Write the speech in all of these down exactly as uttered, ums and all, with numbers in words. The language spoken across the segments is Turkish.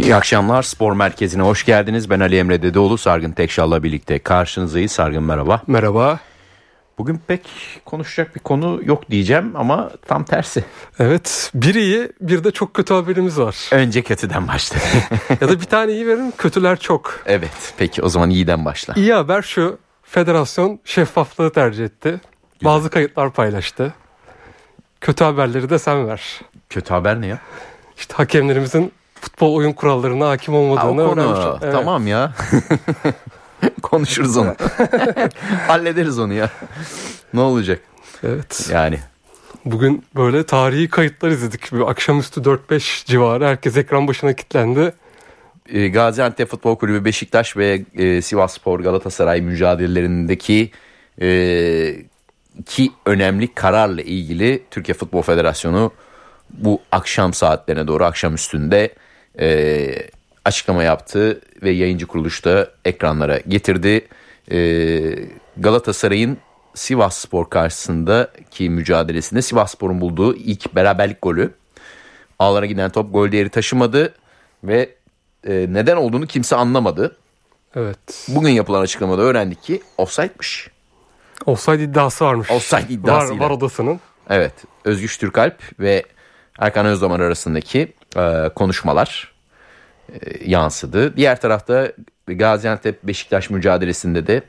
İyi akşamlar, Spor Merkezi'ne hoş geldiniz. Ben Ali Emre Dedeoğlu, Sargın Tekşal'la birlikte karşınızdayız. Sargın merhaba. Merhaba. Bugün pek konuşacak bir konu yok diyeceğim ama tam tersi. Evet, bir iyi bir de çok kötü haberimiz var. Önce kötüden başlayalım. Ya da bir tane iyi verin, kötüler çok. Evet, peki o zaman iyiden başla. İyi haber şu, federasyon şeffaflığı tercih etti. Güzel. Bazı kayıtlar paylaştı. Kötü haberleri de sen ver. Kötü haber ne ya? İşte hakemlerimizin futbol oyun kurallarına hakim olmadığını öğrenmiş. Evet. Tamam ya. Konuşuruz onu. Hallederiz onu ya. Ne olacak? Evet. Yani. Bugün böyle tarihi kayıtlar izledik. Bir akşamüstü dört beş civarı herkes ekran başına kilitlendi. E, Gaziantep Futbol Kulübü, Beşiktaş ve e, Sivasspor Galatasaray mücadelelerindeki e, iki önemli kararla ilgili Türkiye Futbol Federasyonu bu akşam saatlerine doğru, akşam üstünde e, açıklama yaptı ve yayıncı kuruluşta ekranlara getirdi. E, Galatasaray'ın Sivasspor karşısındaki mücadelesinde Sivasspor'un bulduğu ilk beraberlik golü. Ağlara giden top gol değeri taşımadı ve e, neden olduğunu kimse anlamadı. Evet. Bugün yapılan açıklamada öğrendik ki offside'miş. Offside iddiası varmış. Offside iddiasıyla. Var, var odasının. Evet. Özgüç Türkalp ve Erkan Özdamar arasındaki e, konuşmalar e, yansıdı. Diğer tarafta Gaziantep Beşiktaş mücadelesinde de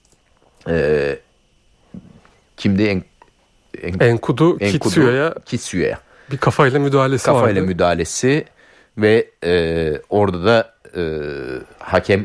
e, kimdi? En, en, Enkudu, Enkudu Kitsuyo'ya Kitsuyo'ya bir kafayla müdahalesi kafayla vardı. Kafayla müdahalesi ve e, orada da e, hakem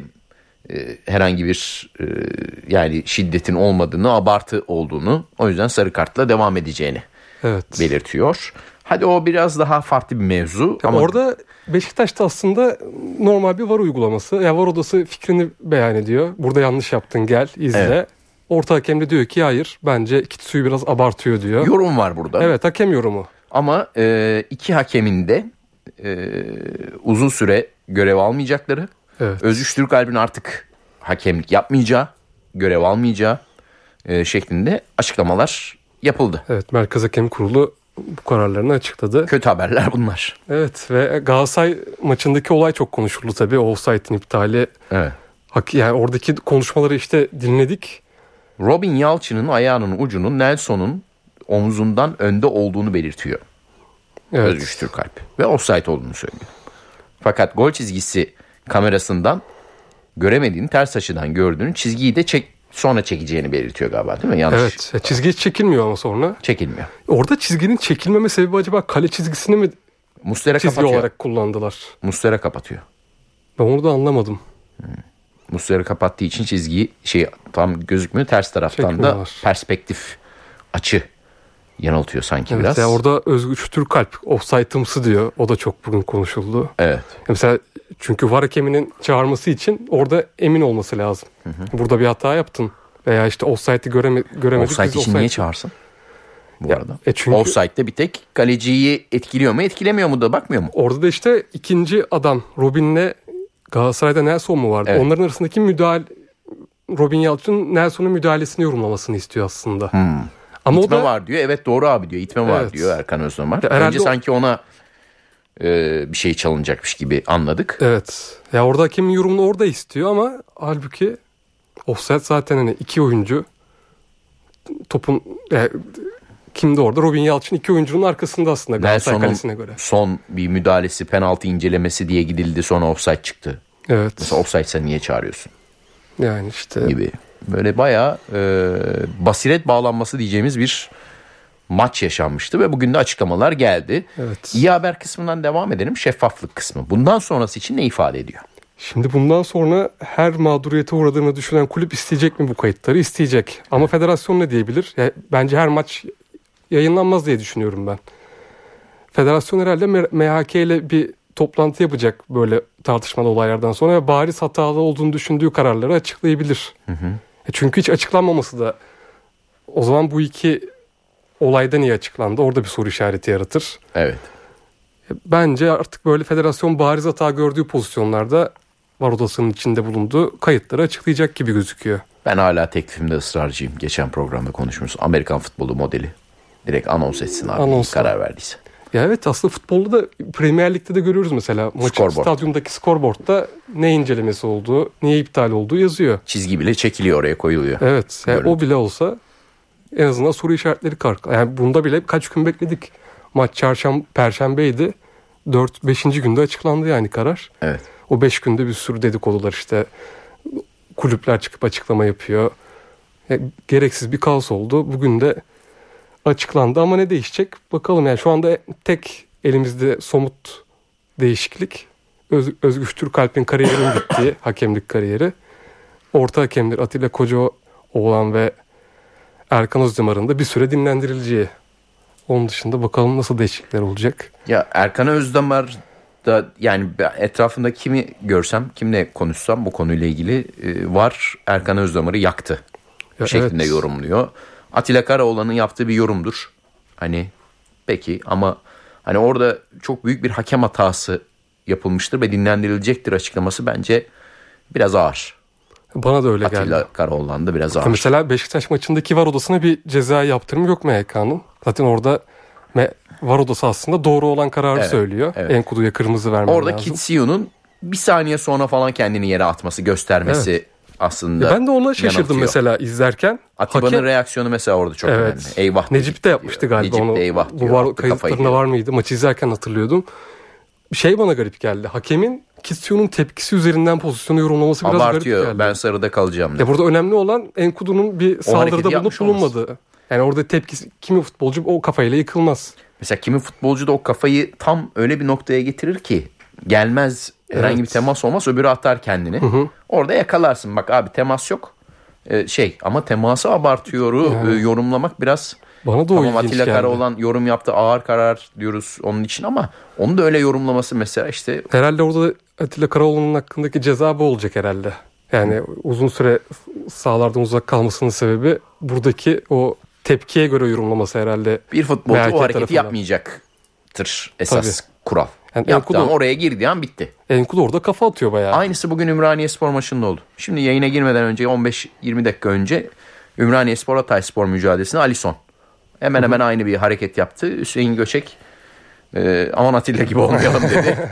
e, herhangi bir e, yani şiddetin olmadığını, abartı olduğunu, o yüzden sarı kartla devam edeceğini evet. belirtiyor. Hadi o biraz daha farklı bir mevzu. Ya ama orada Beşiktaş'ta aslında normal bir var uygulaması. Ya var odası fikrini beyan ediyor. Burada yanlış yaptın, gel izle. Evet. Orta hakem de diyor ki hayır, bence Kitsu'yu biraz abartıyor diyor. Yorum var burada. Evet, hakem yorumu. Ama e, iki hakemin de e, uzun süre görev almayacakları, evet. Özgüç Türkalp'in artık hakemlik yapmayacağı, görev almayacağı e, şeklinde açıklamalar yapıldı. Evet, Merkez Hakem Kurulu bu kararlarını açıkladı. Kötü haberler bunlar. Evet ve Galatasaray maçındaki olay çok konuşuldu tabii. Offside'in iptali. Evet. Yani oradaki konuşmaları işte dinledik. Robin Yalçın'ın ayağının ucunun Nelson'un omzundan önde olduğunu belirtiyor. Evet. Özgüç Türkalp. Ve offside olduğunu söylüyor. Fakat gol çizgisi kamerasından göremediğini, ters açıdan gördüğünü, çizgiyi de çek, sonra çekeceğini belirtiyor galiba, değil mi? Yanlış. Evet. Çizgi hiç çekilmiyor ama sonra. Çekilmiyor. Orada çizginin çekilmeme sebebi acaba kale çizgisini mi Muslera çizgi kapatıyor. olarak kullandılar? Muslera kapatıyor. Ben onu da anlamadım. Hmm. Muslera kapattığı için çizgiyi şey tam gözükmüyor. Ters taraftan da perspektif açı yanıltıyor sanki evet, biraz. Yani orada Özgüç Türkalp offside'ımsı diyor. O da çok bugün konuşuldu. Evet. Mesela çünkü var hakeminin çağırması için orada emin olması lazım. Hı hı. Burada bir hata yaptın. Veya işte offside'i göreme, göremedik. Offside için offside niye çağırsın? Bu ya, arada. E çünkü offside'de bir tek kaleciyi etkiliyor mu, etkilemiyor mu da bakmıyor mu? Orada da işte ikinci adam Robin'le Galatasaray'da Nelson mu vardı? Evet. Onların arasındaki müdahale, Robin Yalçın Nelson'un müdahalesini yorumlamasını istiyor aslında. Hmm. Ama İtme o da var diyor. Evet doğru abi diyor. İtme evet. var diyor Erkan Özdamar. Ya Önce sanki ona e, bir şey çalınacakmış gibi anladık. Evet. Ya orada hakemin yorumunu orada istiyor ama halbuki offside zaten hani iki oyuncu topun yani, kimdi orada? Robin Yalçın iki oyuncunun arkasında aslında Galatasaray kalesine göre. Son bir müdahalesi, penaltı incelemesi diye gidildi, sonra offside çıktı. Evet. Mesela offside'sa niye çağırıyorsun? Yani işte. Gibi. Böyle bayağı e, basiret bağlanması diyeceğimiz bir maç yaşanmıştı ve bugün de açıklamalar geldi. Evet. İyi haber kısmından devam edelim. Şeffaflık kısmı. Bundan sonrası için ne ifade ediyor? Şimdi bundan sonra her mağduriyete uğradığını düşünen kulüp isteyecek mi bu kayıtları? İsteyecek. Ama federasyon ne diyebilir? Yani bence her maç yayınlanmaz diye düşünüyorum ben. Federasyon herhalde M H K ile bir toplantı yapacak böyle tartışmalı olaylardan sonra ve bariz hatalı olduğunu düşündüğü kararları açıklayabilir. Hı hı. Çünkü hiç açıklanmaması da o zaman bu iki olayda niye açıklandı? Orada bir soru işareti yaratır. Evet. Bence artık böyle federasyon bariz hata gördüğü pozisyonlarda var odasının içinde bulunduğu kayıtları açıklayacak gibi gözüküyor. Ben hala teklifimde ısrarcıyım. Geçen programda konuşmuşuz. Amerikan futbolu modeli. Direkt anons etsin abi. Anons karar verdiyse. Ya evet, aslında futbolda da Premier Lig'de de görüyoruz mesela. Maçın Scoreboard. stadyumdaki scoreboard'da ne incelemesi olduğu, niye iptal olduğu yazıyor. Çizgi bile çekiliyor, oraya koyuluyor. Evet. Yani o bile olsa en azından soru işaretleri kalk. Yani bunda bile kaç gün bekledik. Maç çarşamba, perşembeydi. dört beşinci günde açıklandı yani karar. Evet. O beş günde bir sürü dedikodular işte. Kulüpler çıkıp açıklama yapıyor. Yani gereksiz bir kaos oldu. Bugün de açıklandı ama ne değişecek? Bakalım yani şu anda tek elimizde somut değişiklik Öz, Özgür Türkalp'in kariyerinin bittiği hakemlik kariyeri. Orta hakemler Atilla Kocaoğlan ve Erkan Özdemir'in de bir süre dinlendirileceği. Onun dışında bakalım nasıl değişiklikler olacak. Ya Erkan Özdemir da, yani etrafında kimi görsem, kimle konuşsam bu konuyla ilgili e, var Erkan Özdemir'i yaktı Ya şeklinde evet. yorumluyor. Atilla Karaoğlan'ın yaptığı bir yorumdur. Hani peki ama hani orada çok büyük bir hakem hatası yapılmıştır ve dinlendirilecektir açıklaması bence biraz ağır. Bana da öyle Atilla geldi. Atilla Karaoğlan da biraz ağır. Mesela Beşiktaş maçındaki VAR odasına bir ceza yaptırımı yok M H K'nın. Zaten orada VAR odası aslında doğru olan kararı Evet, söylüyor. evet. Enkudu'ya kırmızı vermen Orada lazım. Kitsiyu'nun bir saniye sonra falan kendini yere atması, göstermesi Evet. aslında Ya ben de ona şaşırdım yanıltıyor. mesela izlerken. Atiba'nın Hakem- reaksiyonu mesela orada çok Evet. önemli. Eyvah. Necip de yapmıştı galiba Necip onu. de eyvah diyor. Bu VAR Attı kafayı kayıtlarında diyor. var mıydı? Maçı izlerken hatırlıyordum. Şey bana garip geldi. Hakemin Kitsiyu'nun tepkisi üzerinden pozisyonu yorumlaması biraz Abartıyor. garip geldi. Ben sarıda kalacağım. Ya diyor. burada önemli olan Enkudu'nun bir hareketi saldırıda bulunup yapmış olması. bulunmadığı. Yani orada tepkisi, kimi futbolcu o kafayla yıkılmaz. Mesela kimi futbolcu da o kafayı tam öyle bir noktaya getirir ki gelmez, herhangi Evet. bir temas olmaz, öbürü atar kendini. Hı hı. Orada yakalarsın. Bak abi temas yok. Ee, şey ama teması abartıyor. Yani. e, yorumlamak biraz. Bana da o Tamam, ilginç Atilla geldi. Karaoğlan yorum yaptı, ağır karar diyoruz onun için ama onu da öyle yorumlaması mesela işte Herhalde orada Atilla Karaoğlan'ın hakkındaki ceza bu olacak herhalde. Yani uzun süre sahalardan uzak kalmasının sebebi buradaki o tepkiye göre yorumlaması herhalde. bir futbolcu M H K o hareketi tarafından. yapmayacaktır esas Tabii. kural. Yani Yaptığı Enkudu- an oraya girdiği an bitti. Enkudu orada kafa atıyor bayağı. Aynısı bugün Ümraniyespor maçında oldu. Şimdi yayına girmeden önce on beş yirmi dakika önce Ümraniyespor Hatayspor mücadelesinde Alisson hemen hemen aynı bir hareket yaptı. Hüseyin Göçek e, aman Atilla gibi olmayalım dedi.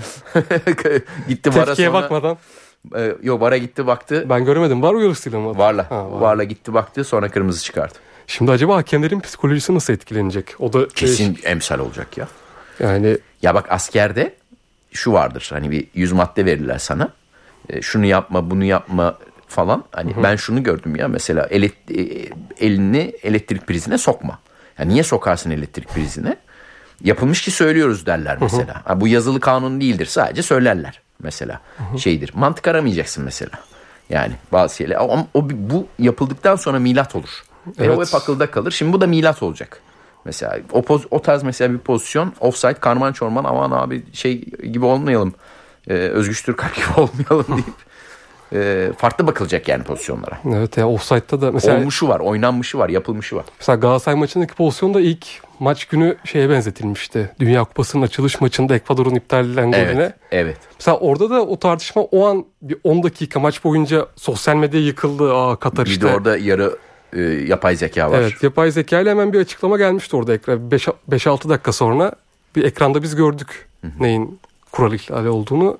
Gitti VAR'a Tepkiye sonra. bakmadan. E, yok VAR'a gitti baktı. Ben göremedim. Var uyarısıyla mı? VAR'la. Ha, var. VAR'la gitti baktı, sonra kırmızı çıkardı. Şimdi acaba hakemlerin psikolojisi nasıl etkilenecek? O da Kesin emsal olacak ya. yani Ya bak askerde şu vardır. Hani bir yüz madde verirler sana. E, şunu yapma, bunu yapma falan. Hani ben şunu gördüm ya mesela elet, e, elini elektrik prizine sokma. Ya niye sokarsın elektrik prizine? Yapılmış ki söylüyoruz derler mesela. Ha, bu yazılı kanun değildir, sadece söylerler mesela. Şeydir. Mantık aramayacaksın mesela. Yani bazı şeyler. Ama o, bu yapıldıktan sonra milat olur. Ve Evet. o hep akılda kalır. Şimdi bu da milat olacak. Mesela o, poz, o tarz mesela bir pozisyon offside, karman çorman, aman abi şey gibi olmayalım. E, Özgür Türkalp gibi olmayalım deyip e, farklı bakılacak yani pozisyonlara. evet ya offside'da da mesela Olmuşu var, oynanmışı var, yapılmışı var. Mesela Galatasaray maçındaki pozisyon da ilk maç günü şeye benzetilmişti. Dünya Kupası'nın açılış maçında Ekvador'un iptal edilen golüne. Evet, evet. Mesela orada da o tartışma o an bir on dakika maç boyunca sosyal medyaya yıkıldı. Aa Katar Bir işte. de orada yarı e, yapay zeka var. Evet, yapay zeka ile hemen bir açıklama gelmişti orada ekran. beş altı dakika sonra bir ekranda biz gördük neyin kural ihlali olduğunu.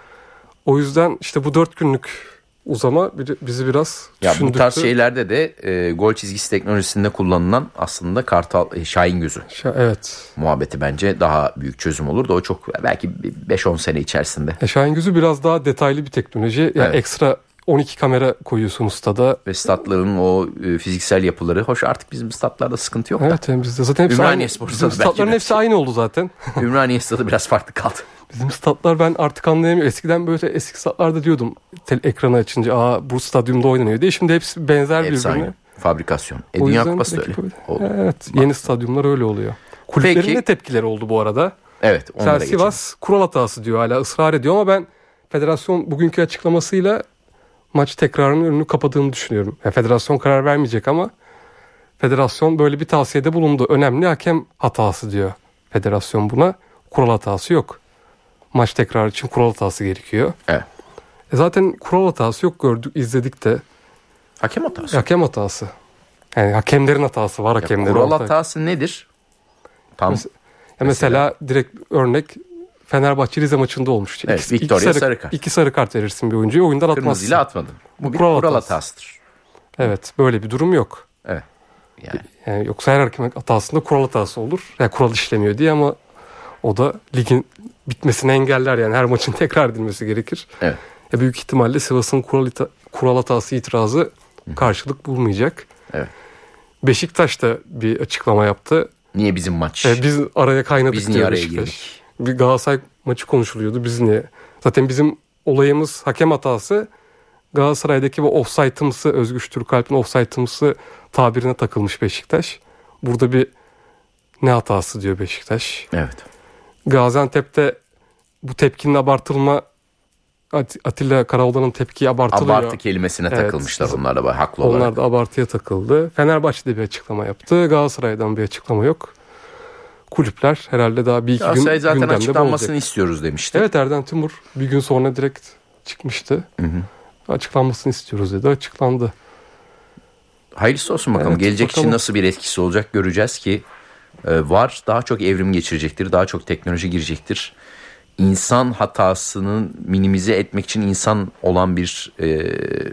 O yüzden işte bu dört günlük uzama bizi biraz Ya bu düşündürttü. tarz şeylerde de e, gol çizgisi teknolojisinde kullanılan aslında kartal e, şahin gözü Şa- Evet. muhabbeti bence daha büyük çözüm olur da o çok belki beş on sene içerisinde. E, Şahin gözü biraz daha detaylı bir teknoloji. Yani Evet. ekstra on iki kamera koyuyorsun stada. Ve statların o e, fiziksel yapıları. Hoş, artık bizim statlarda sıkıntı yok da. Evet yani bizde zaten hepsi Ümraniye aynı. Spor Bizim stadı belki statların de. hepsi aynı oldu zaten. Ümraniye stadı biraz farklı kaldı. Bizim statlar ben artık anlayamıyorum. Eskiden böyle eski statlarda diyordum tel- ekranı açınca aa bu stadyumda oynanıyor diye. Şimdi hepsi benzer Hepsi birbirine. aynı. Fabrikasyon. E, O Dünya yüzden Kupası da peki öyle. böyle. Oldu. Evet, yeni stadyumlar öyle oluyor. Kulüplerin Peki. de tepkileri oldu bu arada. Evet. Mesela Onlara geçelim. Sivas kural hatası diyor, hala ısrar ediyor ama ben federasyon bugünkü açıklamasıyla maç tekrarının önünü kapadığını düşünüyorum. Yani federasyon karar vermeyecek ama federasyon böyle bir tavsiyede bulundu. Önemli hakem hatası diyor federasyon buna. Kural hatası yok. Maç tekrarı için kural hatası gerekiyor. Evet. E zaten kural hatası yok, gördük, izledik de. Hakem hatası. Hakem hatası. Yani hakemlerin hatası var, Ya, hakemlerin. kural ortak. hatası nedir? Tam Mesela- mesela, mesela direkt örnek Fenerbahçe Rize maçında olmuştu. Evet, iki, Victoria iki sarı, sarı kart. İki sarı kart verirsin bir oyuncuya, oyundan atmazsın. Kırmızıyla atmadın. Bu, Bu bir kural, kural hatasıdır. Evet, böyle bir durum yok. Evet. Yani. yani yoksa her hakem hatasında kural hatası olur. Yani kural işlemiyor diye, ama o da ligin bitmesini engeller, yani her maçın tekrar edilmesi gerekir. Evet. Ya büyük ihtimalle Sivas'ın kural, kural hatası itirazı karşılık bulmayacak. Evet. Beşiktaş da bir açıklama yaptı. Niye bizim maç? Ee, biz araya kaynadık biz niye araya girdik? Bir Galatasaray maçı konuşuluyordu. Biz niye? Zaten bizim olayımız hakem hatası. Galatasaray'daki bu offside'ımsı, Özgür Türkalp'in offside'ımsı tabirine takılmış Beşiktaş. Burada bir ne hatası diyor Beşiktaş. Evet. Gaziantep'te bu tepkinin abartılma, Atilla Karaoğlan'ın tepkiyi abartılıyor. Abartı kelimesine evet. takılmışlar onlar da haklı onlar olarak. Onlar da abartıya takıldı. Fenerbahçe'de bir açıklama yaptı. Galatasaray'dan bir açıklama yok. Kulüpler herhalde daha bir iki gün gündemde zaten olacak. açıklanmasını istiyoruz demişti. Evet, Erden Timur bir gün sonra direkt çıkmıştı. Hı hı. Açıklanmasını istiyoruz dedi. Açıklandı. Hayırlısı olsun bakalım. Evet, Gelecek bakalım. için nasıl bir etkisi olacak göreceğiz ki e, var daha çok evrim geçirecektir. Daha çok teknoloji girecektir. İnsan hatasının minimize etmek için insan olan bir e,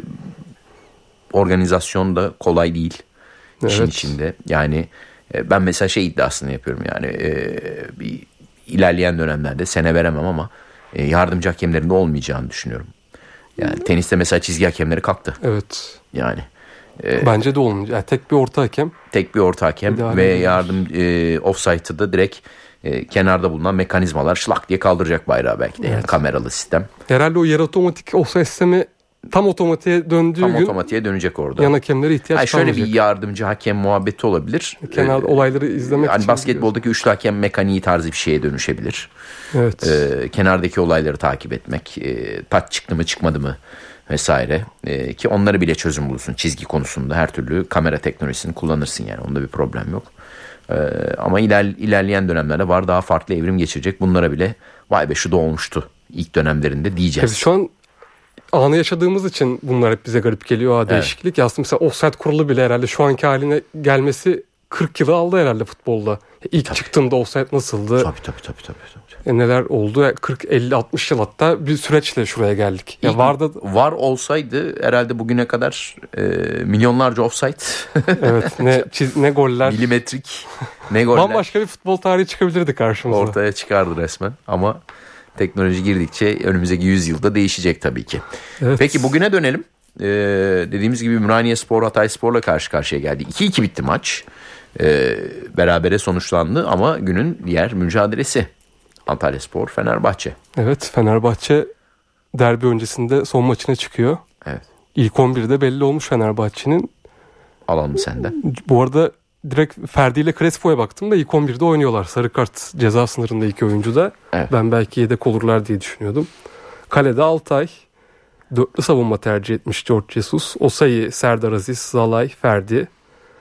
organizasyon da kolay değil. Evet. İşin içinde. Yani e, ben mesela şey iddiasını yapıyorum. Yani e, bir ilerleyen dönemlerde sene veremem ama e, yardımcı hakemlerin de olmayacağını düşünüyorum. Yani teniste mesela çizgi hakemleri kalktı. Evet. Yani. E, Bence de olmayacak. Yani tek bir orta hakem. Tek bir orta hakem İdeal ve edilir. yardım e, offside'ı da direkt e, kenarda bulunan mekanizmalar şlak diye kaldıracak bayrağı belki de. Evet. Yani kameralı sistem. Herhalde o yarı otomatik offside sistemi tam otomatiğe döndüğü tam gün. Tam otomatiğe dönecek orada. Yan hakemlere ihtiyaç yani kalmayacak. Şöyle bir yardımcı hakem muhabbeti olabilir. Kenarda ee, olayları izlemek hani için. Basketboldaki üçlü hakem mekaniği tarzı bir şeye dönüşebilir. Evet. Ee, kenardaki olayları takip etmek. E, taç çıktı mı çıkmadı mı vesaire. E, ki onları bile çözüm bulursun. Çizgi konusunda her türlü kamera teknolojisini kullanırsın yani. Onda bir problem yok. Ee, ama iler, ilerleyen dönemlerde var daha farklı evrim geçirecek. Bunlara bile vay be şu da olmuştu ilk dönemlerinde diyeceğiz. Tabii şu an anı yaşadığımız için bunlar hep bize garip geliyor. Ha, değişiklik. Evet. Aslında mesela offside kuralı bile herhalde şu anki haline gelmesi kırk yılı aldı herhalde futbolda. İlk tabii. çıktığında offside nasıldı? Tabii tabii tabii. tabii, tabii. E neler oldu? kırk elli altmış yıl hatta bir süreçle şuraya geldik. Ya var da var olsaydı herhalde bugüne kadar e, milyonlarca offside. Evet, ne çiz, ne goller. Milimetrik ne goller. Bambaşka bir futbol tarihi çıkabilirdi karşımıza. Ortaya çıkardı resmen ama teknoloji girdikçe önümüzdeki yüz yılda değişecek tabii ki. Evet. Peki bugüne dönelim. Ee, dediğimiz gibi Ümraniye-Spor Hatayspor'la karşı karşıya geldi. iki iki bitti maç. Ee, berabere sonuçlandı ama günün diğer mücadelesi Antalyaspor Fenerbahçe. Evet, Fenerbahçe derbi öncesinde son maçına çıkıyor. Evet. İlk on birde belli olmuş Fenerbahçe'nin. Alalım senden. Bu arada direkt Ferdi ile Crespo'ya baktım da ilk on birde oynuyorlar. Sarı kart ceza sınırında iki oyuncu da. Evet. Ben belki yedek olurlar diye düşünüyordum. Kalede Altay. Dörtlü savunma tercih etmiş George Jesus. Osayi, Serdar Aziz, Zalay, Ferdi.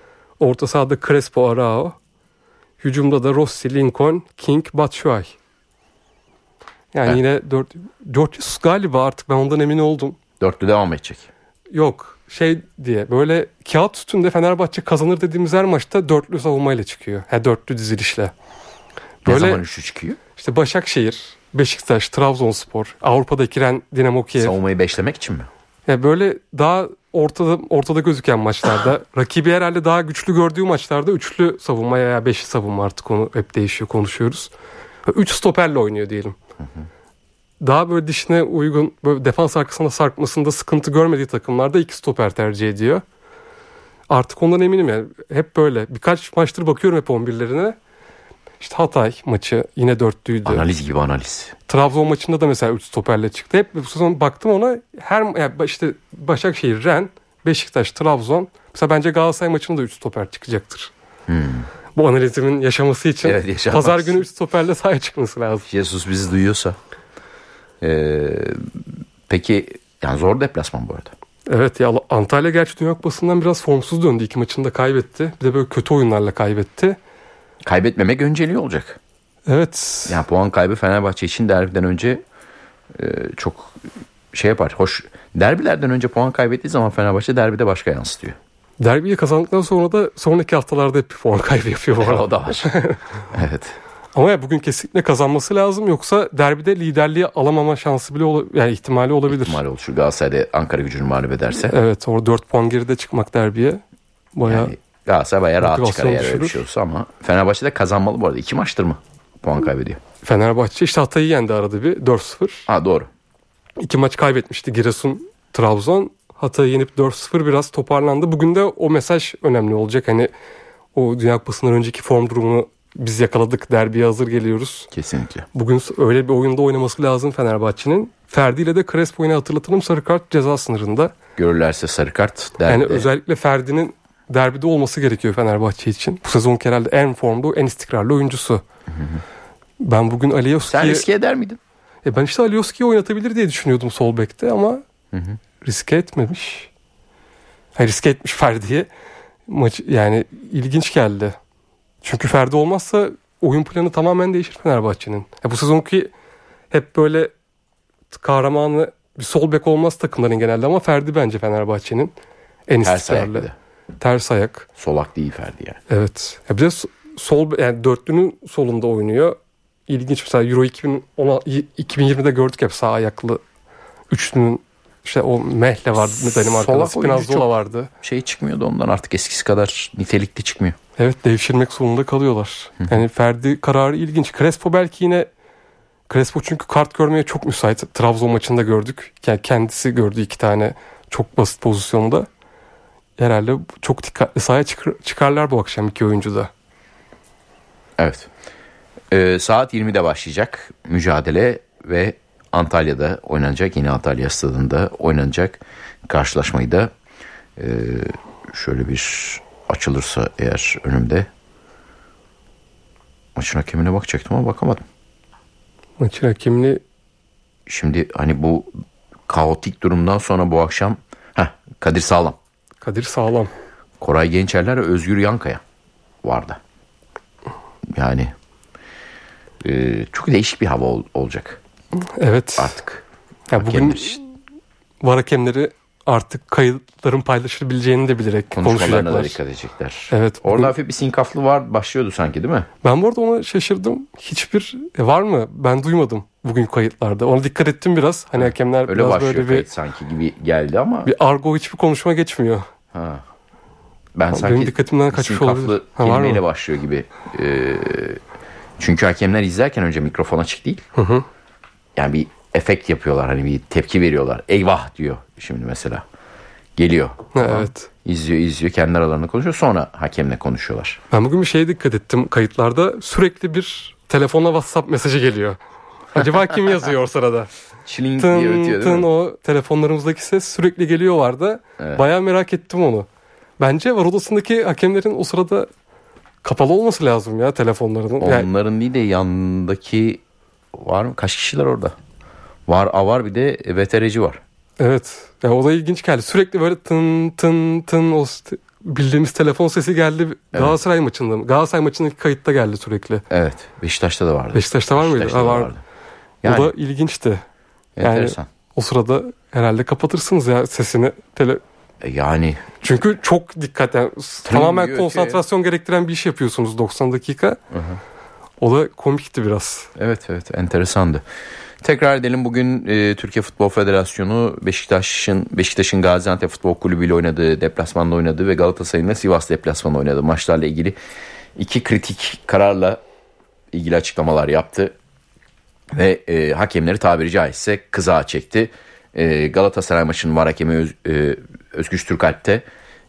Orta sahada Crespo, Arao. Hücumda da Rossi, Lincoln, King, Batshuayi. Yani evet. Yine dört... George Jesus galiba, artık ben ondan emin oldum. Dörtlü devam edecek. Yok şey diye böyle kağıt üstünde Fenerbahçe kazanır dediğimiz her maçta dörtlü savunmayla çıkıyor. Ha, dörtlü dizilişle. Böyle, ne zaman üçlü çıkıyor? İşte Başakşehir, Beşiktaş, Trabzonspor, Avrupa'da giren Dinamo Kiev. Savunmayı beşlemek için mi? Ya böyle daha ortada ortada gözüken maçlarda, rakibi herhalde daha güçlü gördüğü maçlarda üçlü savunma ya beşli savunma, artık onu hep değişiyor, konuşuyoruz. Üç stoperle oynuyor diyelim. Hı hı. Daha böyle dişine uygun, böyle defans arkasına sarkmasında sıkıntı görmediği takımlarda iki stoper tercih ediyor. Artık ondan eminim yani. Hep böyle. Birkaç maçtır bakıyorum hep on birlerine. İşte Hatay maçı yine dörtlüydü. Analiz gibi analiz. Trabzon maçında da mesela üç stoperle çıktı. Hep bu sezon baktım ona. Her yani işte Başakşehir, Ren, Beşiktaş, Trabzon. Mesela bence Galatasaray maçında da üç stoper çıkacaktır. Hmm. Bu analizimin yaşaması için evet, pazar günü üç stoperle sahaya çıkması lazım. Jesus bizi duyuyorsa. Ee, peki yani zor deplasman bu arada. Evet ya, Antalya gerçi Dünya Kupası'ndan biraz formsuz döndü. İki maçında kaybetti. Bir de böyle kötü oyunlarla kaybetti. Kaybetmemek önceliği olacak. Evet. Yani puan kaybı Fenerbahçe için derbiden önce e, çok şey yapar. Hoş, derbilerden önce puan kaybettiği zaman Fenerbahçe derbide başka yansıtıyor. Derbiyi kazandıktan sonra da sonraki haftalarda hep bir puan kaybı yapıyor. O da var. Evet. Ama ya bugün kesinlikle kazanması lazım, yoksa derbide liderliği alamama şansı bile ola, yani ihtimali olabilir. İhtimali olur. Şu Galatasaray'da Ankara Gücü'nü mağlup ederse. Evet, orada dört puan geride çıkmak derbiye bayağı Yani Galatasaray bayağı rahat çıkar eğer öyle bir düşürür. şey olsa, ama Fenerbahçe'de kazanmalı bu arada. İki maçtır mı puan kaybediyor? Fenerbahçe işte Hatay'ı yendi arada bir dört sıfır. Ha doğru. İki maç kaybetmişti Giresun, Trabzon. Hatay'ı yenip dört sıfır biraz toparlandı. Bugün de o mesaj önemli olacak. Hani o Dünya Kupası'ndan önceki form durumunu biz yakaladık. Derbiye hazır geliyoruz. Kesinlikle. Bugün öyle bir oyunda oynaması lazım Fenerbahçe'nin. Ferdi ile de Crespo'yu hatırlatalım, sarı kart ceza sınırında. Görürlerse sarı kart. Derbide. Yani özellikle Ferdi'nin derbide olması gerekiyor Fenerbahçe için. Bu sezon herhalde en formda, en istikrarlı oyuncusu. Hı hı. Ben bugün Alioski'yi... Sen riske eder miydin? E ben işte Alioski'yi oynatabilir diye düşünüyordum sol bekte ama hı hı. riske etmemiş. Hayır, riske etmiş Ferdi'ye. Maç yani ilginç geldi. Çünkü Ferdi olmazsa oyun planı tamamen değişir Fenerbahçe'nin. Ya bu sezonki hep böyle kahramanı bir sol bek olmaz takımların genelde, ama Ferdi bence Fenerbahçe'nin en Ters istikrarlı. ayak. Ters ayak. Solak değil Ferdi yani. Evet. Ya bir de sol, yani dörtlünün solunda oynuyor. İlginç, mesela Euro iki bin yirmide gördük hep sağ ayaklı üçlünün, işte o Mehle vardı Danimarka'da, Spinazzola vardı. Şey çıkmıyordu ondan artık, eskisi kadar nitelikli çıkmıyor. Evet, devşirmek zorunda kalıyorlar. Hı. Yani Ferdi kararı ilginç. Crespo belki yine, Crespo çünkü kart görmeye çok müsait. Trabzon maçında gördük. Yani kendisi gördü iki tane çok basit pozisyonda. Herhalde çok dikkatli sahaya çıkar, çıkarlar bu akşam iki oyuncu da. Evet. Ee, saat yirmide başlayacak mücadele ve Antalya'da oynanacak. Yine Antalya Stadı'nda oynanacak karşılaşmayı da e, şöyle bir açılırsa eğer önümde, maçın hakemine bakacaktım ama bakamadım. Maçın hakemini şimdi hani bu kaotik durumdan sonra bu akşam heh, Kadir Sağlam. Kadir Sağlam. Koray Gençerler ve Özgür Yankaya vardı. Yani e, çok değişik bir hava ol, olacak. Evet. Artık. Ya bugün var hakemleri artık kayıtların paylaşılabileceğini de bilerek konuşmalarına konuşacaklar. da dikkat edecekler. Evet. Orada bugün... hafif bir sinkaflı var, başlıyordu sanki, değil mi? Ben bu arada ona şaşırdım. Hiçbir e, var mı? Ben duymadım bugün kayıtlarda. Ona dikkat ettim biraz. Hani hakemler öyle biraz böyle bir sanki gibi geldi ama bir argo, hiçbir konuşma geçmiyor. Ha. Ben ha, sanki benim dikkatimden kaçmış olabilir. Ha, kelimeyle başlıyor gibi. Ee, çünkü hakemler izlerken önce mikrofon açık değil. Hı hı. Yani bir efekt yapıyorlar, hani bir tepki veriyorlar. Eyvah diyor şimdi mesela. Geliyor. Ha, evet. İzliyor izliyor kendi aralarında konuşuyor, sonra hakemle konuşuyorlar. Ben bugün bir şeye dikkat ettim kayıtlarda. Sürekli bir telefona WhatsApp mesajı geliyor. Acaba kim yazıyor o sırada? Çiling tın, diye ötüyor, değil tın, mi? O telefonlarımızdaki ses sürekli geliyor vardı. Evet. Bayağı merak ettim onu. Bence var odasındaki hakemlerin o sırada kapalı olması lazım ya telefonlarının. Onların yani... değil de yanındaki var mı? Kaç kişiler orada? Var, a var bir de V T R'ci var. Evet. Yani o da ilginç geldi. Sürekli böyle tın tın tın o bildiğimiz telefon sesi geldi. Evet. Galatasaray maçında mı? Galatasaray maçındaki kayıtta geldi sürekli. Evet. Beşiktaş'ta da vardı. Beşiktaş'ta var mıydı? Beşiktaş'ta ha, vardı. vardı. Yani, o da ilginçti. Enteresan. Yani o sırada herhalde kapatırsınız ya sesini. Tele... Yani. Çünkü çok dikkat. Yani tamamen konsantrasyon ya. gerektiren bir iş yapıyorsunuz doksan dakika. Hı hı. O da komikti biraz. Evet evet, enteresandı. Tekrar edelim, bugün e, Türkiye Futbol Federasyonu Beşiktaş'ın Beşiktaş'ın Gaziantep Futbol Kulübü ile oynadığı, deplasmanda oynadığı ve Galatasaray'ın da Sivas deplasmanında oynadığı maçlarla ilgili iki kritik kararla ilgili açıklamalar yaptı. Ve e, hakemleri tabiri caizse kızağa çekti. E, Galatasaray maçının var hakemi Öz, e, Özgüç Türkalp'te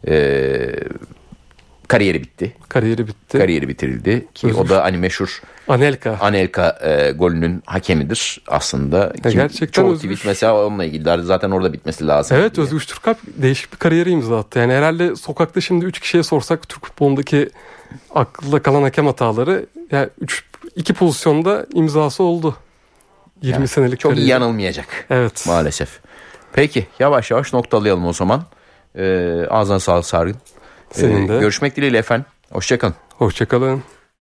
e, kariyeri bitti. Kariyeri bitti. Kariyeri bitirildi ki Özgüç. O da hani meşhur Anelka. Anelka e, golünün hakemidir aslında. Kim, gerçekten çoğu Özgüç. tweet mesela onunla ilgili. Zaten orada bitmesi lazım. Evet diye. Özgüç Türkalp değişik bir kariyeri imza attı. Yani herhalde sokakta şimdi üç kişiye sorsak Türk futbolundaki akılda kalan hakem hataları, yani üç iki pozisyonda imzası oldu. yirmi yani senelik çok kariyeri. yanılmayacak. Evet. Maalesef. Peki yavaş yavaş noktalayalım o zaman. Ee, ağzına sağlık Sargın. Senin de. Ee, görüşmek dileğiyle efendim. Hoşçakalın. Hoşçakalın.